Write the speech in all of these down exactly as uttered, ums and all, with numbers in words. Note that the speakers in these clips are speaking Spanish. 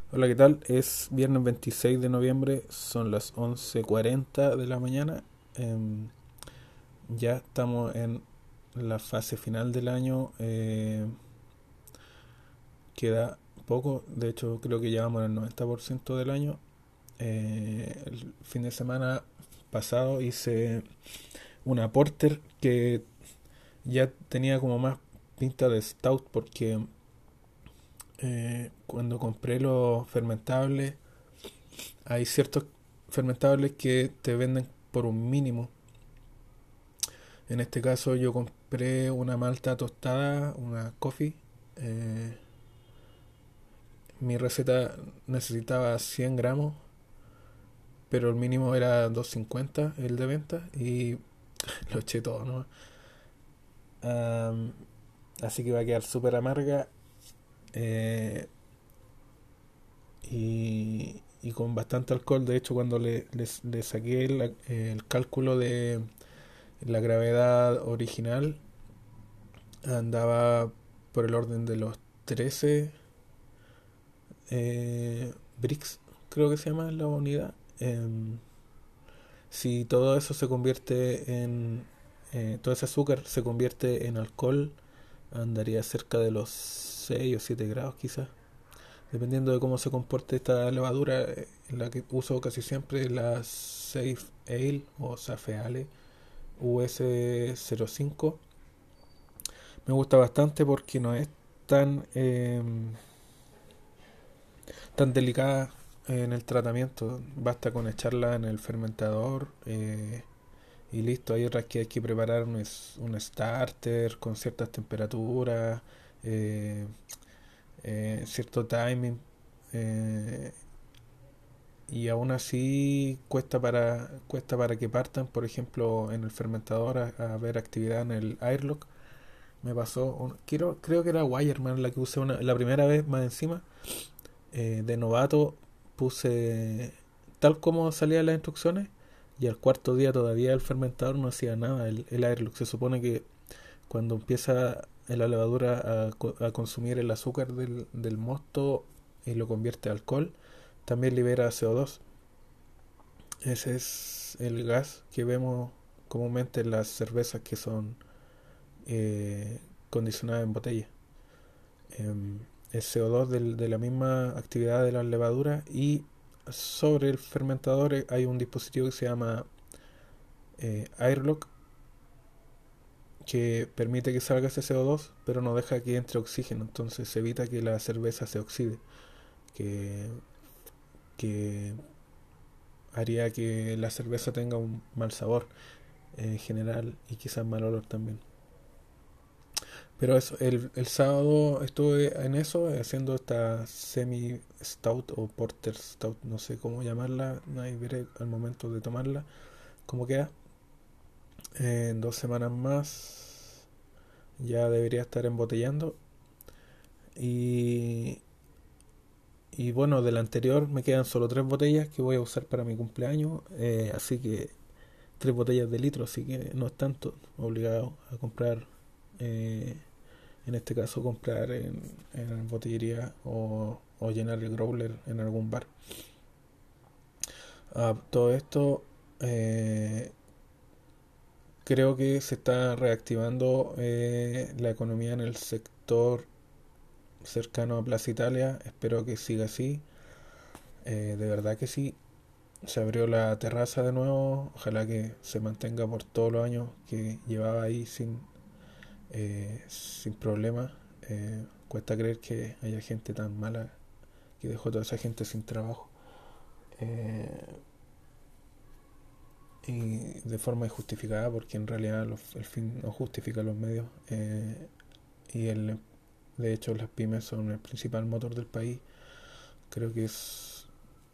Hola, ¿qué tal? Es viernes veintiséis de noviembre, son las once cuarenta de la mañana. Em, ya estamos en la fase final del año. Eh, queda poco, de hecho creo que llevamos el noventa por ciento del año. Eh, el fin de semana pasado hice una porter que ya tenía como más pinta de stout porque eh, cuando compré los fermentables, hay ciertos fermentables que te venden por un mínimo. En este caso yo compré una malta tostada, una coffee. Eh, Mi receta necesitaba cien gramos, pero el mínimo era doscientos cincuenta el de venta y lo eché todo, ¿no? Am, Así que va a quedar súper amarga eh, y, y con bastante alcohol. De hecho, cuando le, les- le saqué el, el cálculo de la gravedad original, andaba por el orden de los trece eh, bricks, creo que se llama la unidad. Em, si todo eso se convierte en, eh, todo ese azúcar se convierte en alcohol, andaría cerca de los seis o siete grados quizás, dependiendo de cómo se comporte esta levadura. Eh, la que uso casi siempre es la Safe Ale o Safe Ale U S cero cinco. Me gusta bastante porque no es tan em, tan delicada en el tratamiento. Basta con echarla en el fermentador eh, y listo. Hay otras que hay que preparar un, es- un starter con ciertas temperaturas, eh, eh, cierto timing. eh, y aún así cuesta para cuesta para que partan. Por ejemplo, en el fermentador a, a ver actividad en el airlock. Me pasó, un- quiero, creo que era Wireman la que usé una- la primera vez más encima. Eh, de novato puse tal como salían las instrucciones y al cuarto día todavía el fermentador no hacía nada. El, el airlock se supone que cuando empieza la levadura a, co- a consumir el azúcar del, del mosto y lo convierte a alcohol, también libera C O dos. Ese es el gas que vemos comúnmente en las cervezas que son eh, condicionadas en botella. Em, el C O dos del- de la misma actividad de las levaduras. Y sobre el fermentador eh, hay un dispositivo que se llama eh, Airlock, que permite que salga ese C O dos pero no deja que entre oxígeno, entonces evita que la cerveza se oxide, que, que haría que la cerveza tenga un mal sabor en general y quizás mal olor también. Pero eso, el, el sábado estuve en eso, haciendo esta semi stout o porter stout, no sé cómo llamarla, ahí veré al momento de tomarla cómo queda. Eh, en dos semanas más ya debería estar embotellando. Y, y bueno, del anterior me quedan solo tres botellas que voy a usar para mi cumpleaños, eh, así que tres botellas de litro, así que no es tanto obligado a comprar. eh, En este caso comprar en, en botillería o, o llenar el growler en algún bar. Ah, todo esto eh, creo que se está reactivando eh, la economía en el sector cercano a Plaza Italia. Espero que siga así. Eh, de verdad que sí. Se abrió la terraza de nuevo. Ojalá que se mantenga por todos los años que llevaba ahí sin, eh, sin problema. Eh, cuesta creer que haya gente tan mala que dejó a toda esa gente sin trabajo. Eh, y de forma injustificada, porque en realidad los- el fin no justifica los medios. Eh, y el, de hecho las pymes son el principal motor del país. Creo que es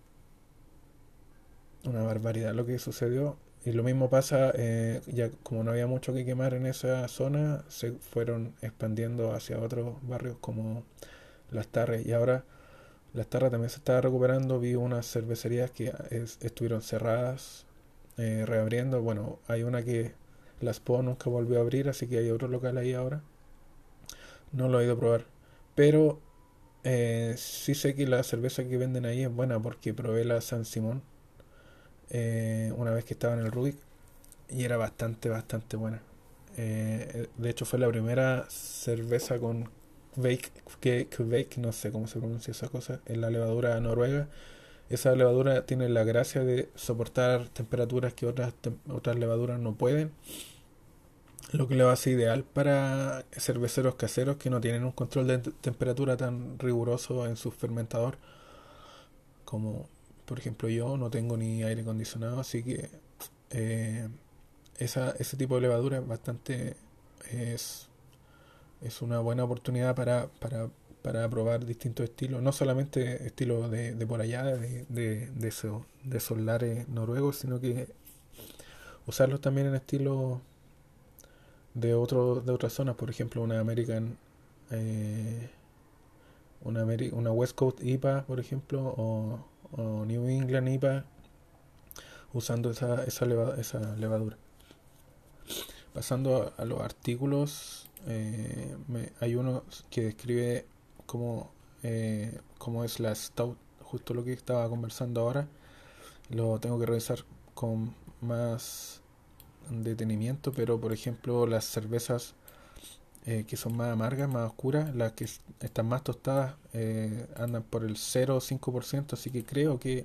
una barbaridad lo que sucedió. Y lo mismo pasa, eh, ya como no había mucho que quemar en esa zona, se fueron expandiendo hacia otros barrios como Las Tarres. Y ahora Las Tarres también se está recuperando. Vi unas cervecerías que es- estuvieron cerradas, eh, reabriendo. Bueno, hay una que Las Po nunca volvió a abrir, así que hay otro local ahí ahora. No lo he ido a probar. Pero Eh, sí sé que la cerveza que venden ahí es buena porque probé la San Simón eh, una vez que estaba en el Rubik y era bastante, bastante buena. Eh, de hecho fue la primera cerveza con Bake, que, que Bake, no sé cómo se pronuncia esa cosa, en la levadura noruega. Esa levadura tiene la gracia de soportar temperaturas que otras, tem- otras levaduras no pueden, lo que lo hace ideal para cerveceros caseros que no tienen un control de te- temperatura tan riguroso en su fermentador como, por ejemplo, yo no tengo ni aire acondicionado, así que eh, esa, ese tipo de levadura es bastante es, es una buena oportunidad para, para, para probar distintos estilos, no solamente estilos de, de por allá, de, de, de, eso, de esos lares noruegos, sino que usarlos también en estilos de otro, de otras zonas, por ejemplo, una American, eh, una, Ameri- una West Coast I P A, por ejemplo, o, o New England I P A, usando esa, esa, leva- esa levadura. Pasando a, a los artículos, eh, me- hay uno que describe cómo, eh, cómo es la stout, justo lo que estaba conversando ahora. Lo tengo que revisar con más detenimiento, pero por ejemplo las cervezas eh, que son más amargas, más oscuras, las que es- están más tostadas eh, andan por el cero coma cinco por ciento, así que creo que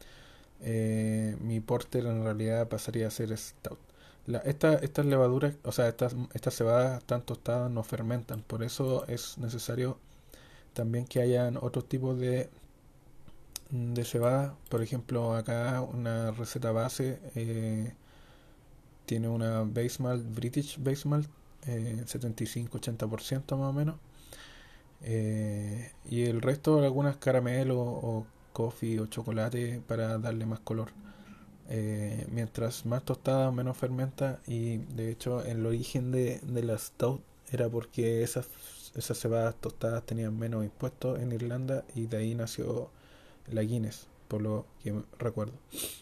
eh, mi porter en realidad pasaría a ser stout. La, esta, estas levaduras, o sea, estas, estas cebadas tan tostadas no fermentan, por eso es necesario también que hayan otros tipos de, de cebada. Por ejemplo, acá una receta base eh, tiene una base malt, British base malt, eh, setenta y cinco ochenta por ciento más o menos. Eh, y el resto, algunas caramelo o coffee o chocolate para darle más color. Eh, mientras más tostada, menos fermenta. Y de hecho, el origen de, de la stout era porque esas, esas cebadas tostadas tenían menos impuestos en Irlanda y de ahí nació la Guinness, por lo que recuerdo.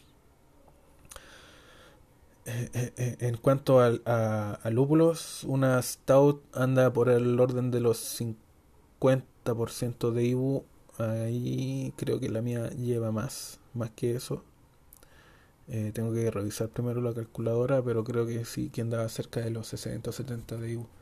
Eh, eh, eh, en cuanto al- a, a lúpulos, una stout anda por el orden de los cincuenta por ciento de I B U. Ahí creo que la mía lleva más, más que eso. Eh, tengo que revisar primero la calculadora, pero creo que sí, que andaba cerca de los sesenta o setenta de I B U.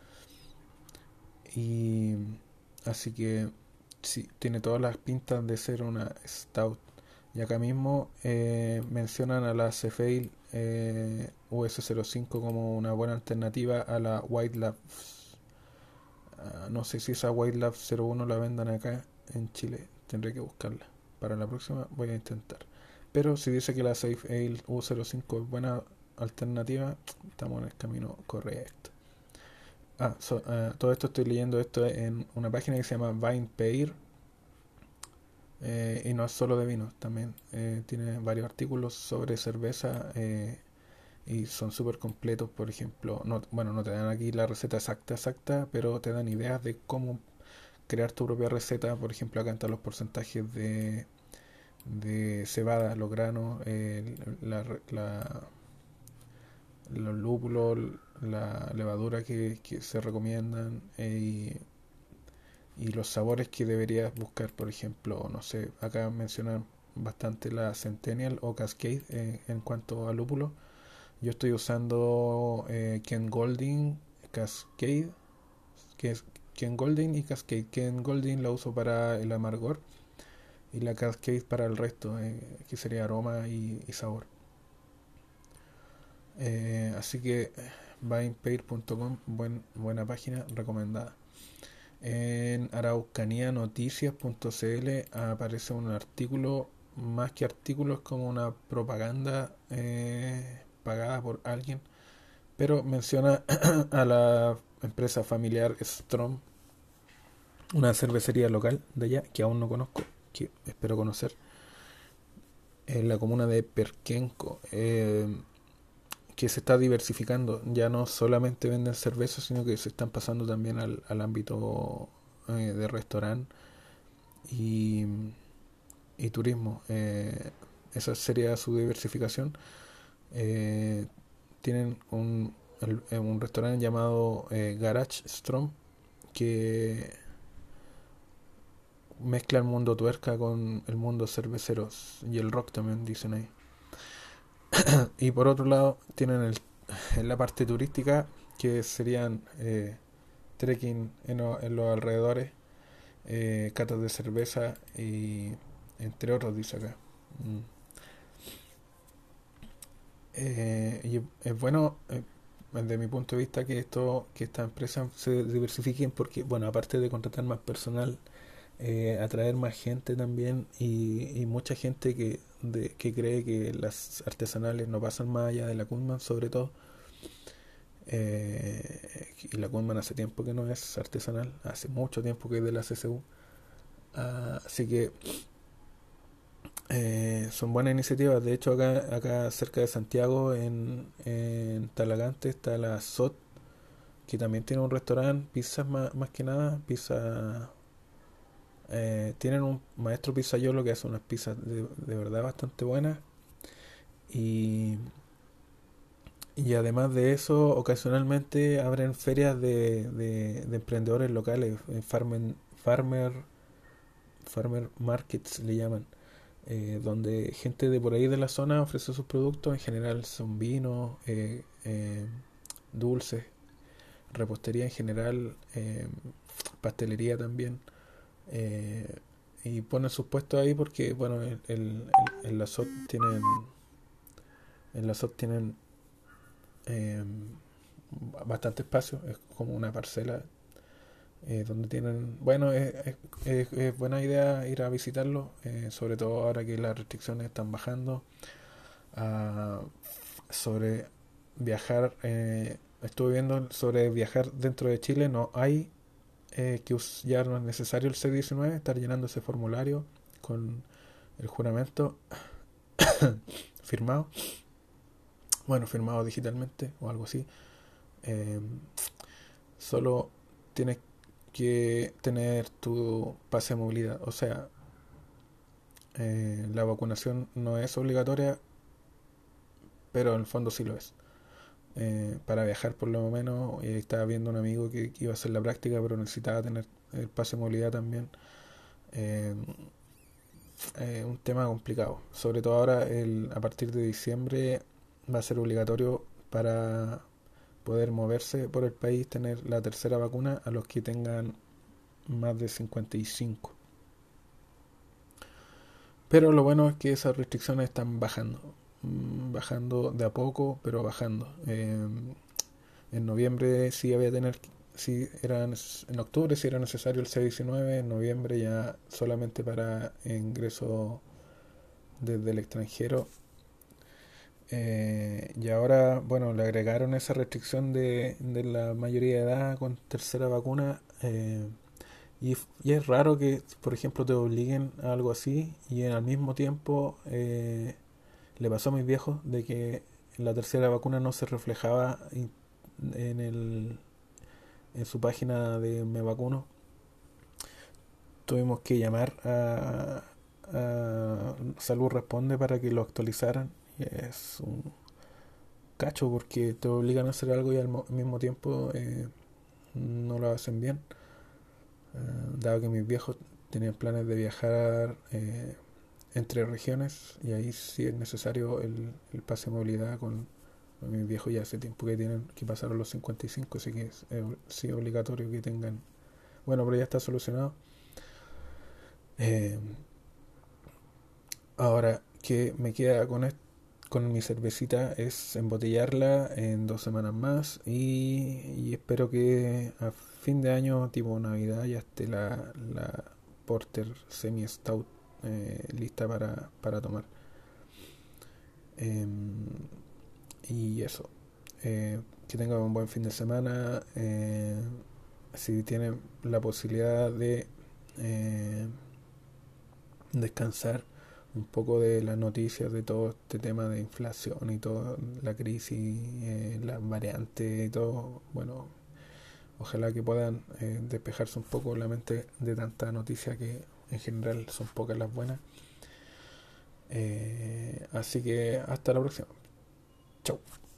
Y así que sí, tiene todas las pintas de ser una stout. Y acá mismo eh, mencionan a la Cefail eh, U S cero cinco como una buena alternativa a la White Labs. Ah, no sé si esa White Labs cero uno la vendan acá en Chile. Tendré que buscarla. Para la próxima voy a intentar. Pero si dice que la Safe Ale U cero cinco es buena alternativa, estamos en el camino correcto. Ah, so- ah, todo esto estoy leyendo esto en una página que se llama VinePair eh, y no es solo de vinos, también eh, tiene varios artículos sobre cerveza eh, y son súper completos. Por ejemplo, no, bueno, no te dan aquí la receta exacta, exacta, pero te dan ideas de cómo crear tu propia receta. Por ejemplo, acá están los porcentajes de, de cebada, los granos, eh, la, la- los lúpulos, la levadura que, que se recomiendan eh, y, y los sabores que deberías buscar. Por ejemplo, no sé, acá mencionan bastante la Centennial o Cascade eh, en cuanto a lúpulo. Yo estoy usando eh, Ken Golding Cascade, que es Ken Golding y Cascade. Ken Golding la uso para el amargor y la Cascade para el resto, eh, que sería aroma y, y sabor. Eh, así que vinepair punto com, buen, buena página, recomendada. En araucanía noticias punto c l aparece un artículo, más que artículos, como una propaganda eh, pagada por alguien, pero menciona a la empresa familiar Strom, una cervecería local de allá que aún no conozco, que espero conocer, en la comuna de Perquenco. Eh, que se está diversificando. Ya no solamente venden cerveza, sino que se están pasando también al, al ámbito eh, de restaurante y, y turismo. Eh, esa sería su diversificación. Eh, tienen un, el- eh, un restaurante llamado eh, Garage Strom que mezcla el mundo tuerca con el mundo cerveceros y el rock también, dicen ahí. Y por otro lado, tienen el, en la parte turística, que serían eh, trekking en, o- en los alrededores, eh, catas de cerveza y entre otros, dice acá. Mm. Eh, y es bueno, eh, desde mi punto de vista, que esto, que estas empresas se diversifiquen porque, bueno, aparte de contratar más personal, eh, atraer más gente también y, y mucha gente que, de, que cree que las artesanales no pasan más allá de la Kunman, sobre todo. Eh, y la Kunman hace tiempo que no es artesanal, hace mucho tiempo que es de la C C U. Ah, así que eh, son buenas iniciativas. De hecho, acá, acá cerca de Santiago, en, en Talagante, está la S O T, que también tiene un restaurante, pizzas más, más que nada, pizza. Eh, tienen un maestro pizzaiolo que hace unas pizzas de, de verdad bastante buenas. Y, y además de eso, ocasionalmente abren ferias de, de, de emprendedores locales, eh, farmen- farmer, farmer markets le llaman, eh, donde gente de por ahí de la zona ofrece sus productos. En general son vinos, eh, eh, dulces, repostería en general, eh, pastelería también. eh, y ponen sus puestos ahí porque, bueno, el, el, el- en la S O T tienen, en la S O T tienen eh, bastante espacio, es como una parcela, eh, donde tienen, bueno, es, es- es- es buena idea ir a visitarlo, eh, sobre todo ahora que las restricciones están bajando. Ah, sobre viajar, eh, estuve viendo sobre viajar dentro de Chile, no hay, eh, que us- ya no es necesario el C diecinueve, estar llenando ese formulario con el juramento firmado, bueno, firmado digitalmente o algo así. Eh, Solo tienes que tener tu pase de movilidad, o sea, eh, la vacunación no es obligatoria, pero en el fondo sí lo es. Eh, para viajar por lo menos, eh, estaba viendo un amigo que, que iba a hacer la práctica, pero necesitaba tener el pase de movilidad también. Eh, eh, un tema complicado, sobre todo ahora, el, a partir de diciembre va a ser obligatorio para poder moverse por el país tener la tercera vacuna a los que tengan más de cincuenta y cinco. Pero lo bueno es que esas restricciones están bajando, mm, bajando de a poco, pero bajando. Eh, en noviembre sí había tener, sí era, en octubre sí era necesario el C diecinueve, en noviembre ya solamente para ingreso desde el extranjero. Eh, y ahora, bueno, le agregaron esa restricción de, de la mayoría de edad con tercera vacuna. eh, y, y es raro que, por ejemplo, te obliguen a algo así y al mismo tiempo, eh, le pasó a mis viejos de que la tercera vacuna no se reflejaba en el en su página de Me Vacuno. Tuvimos que llamar a, a Salud Responde para que lo actualizaran. Y es un cacho porque te obligan a hacer algo y al mismo tiempo, eh, no lo hacen bien. Eh, dado que mis viejos tenían planes de viajar, eh, entre regiones, y ahí sí es necesario el, el pase de movilidad con, con mis viejos. Ya hace tiempo que tienen que pasaron los cincuenta y cinco, así que es, es sí obligatorio que tengan. Bueno, pero ya está solucionado. Eh, Ahora, ¿qué me queda con esto? Con mi cervecita es embotellarla en dos semanas más, y, y espero que a fin de año, tipo Navidad, ya esté la, la Porter Semi Stout, eh, lista para, para tomar. Em, y eso. Eh, que tengan un buen fin de semana. Eh, si tienen la posibilidad de, eh, descansar un poco de las noticias de todo este tema de inflación y toda la crisis, eh, las variantes y todo, bueno, ojalá que puedan, eh, despejarse un poco la mente de tanta noticia, que en general son pocas las buenas. Eh, así que hasta la próxima. Chau.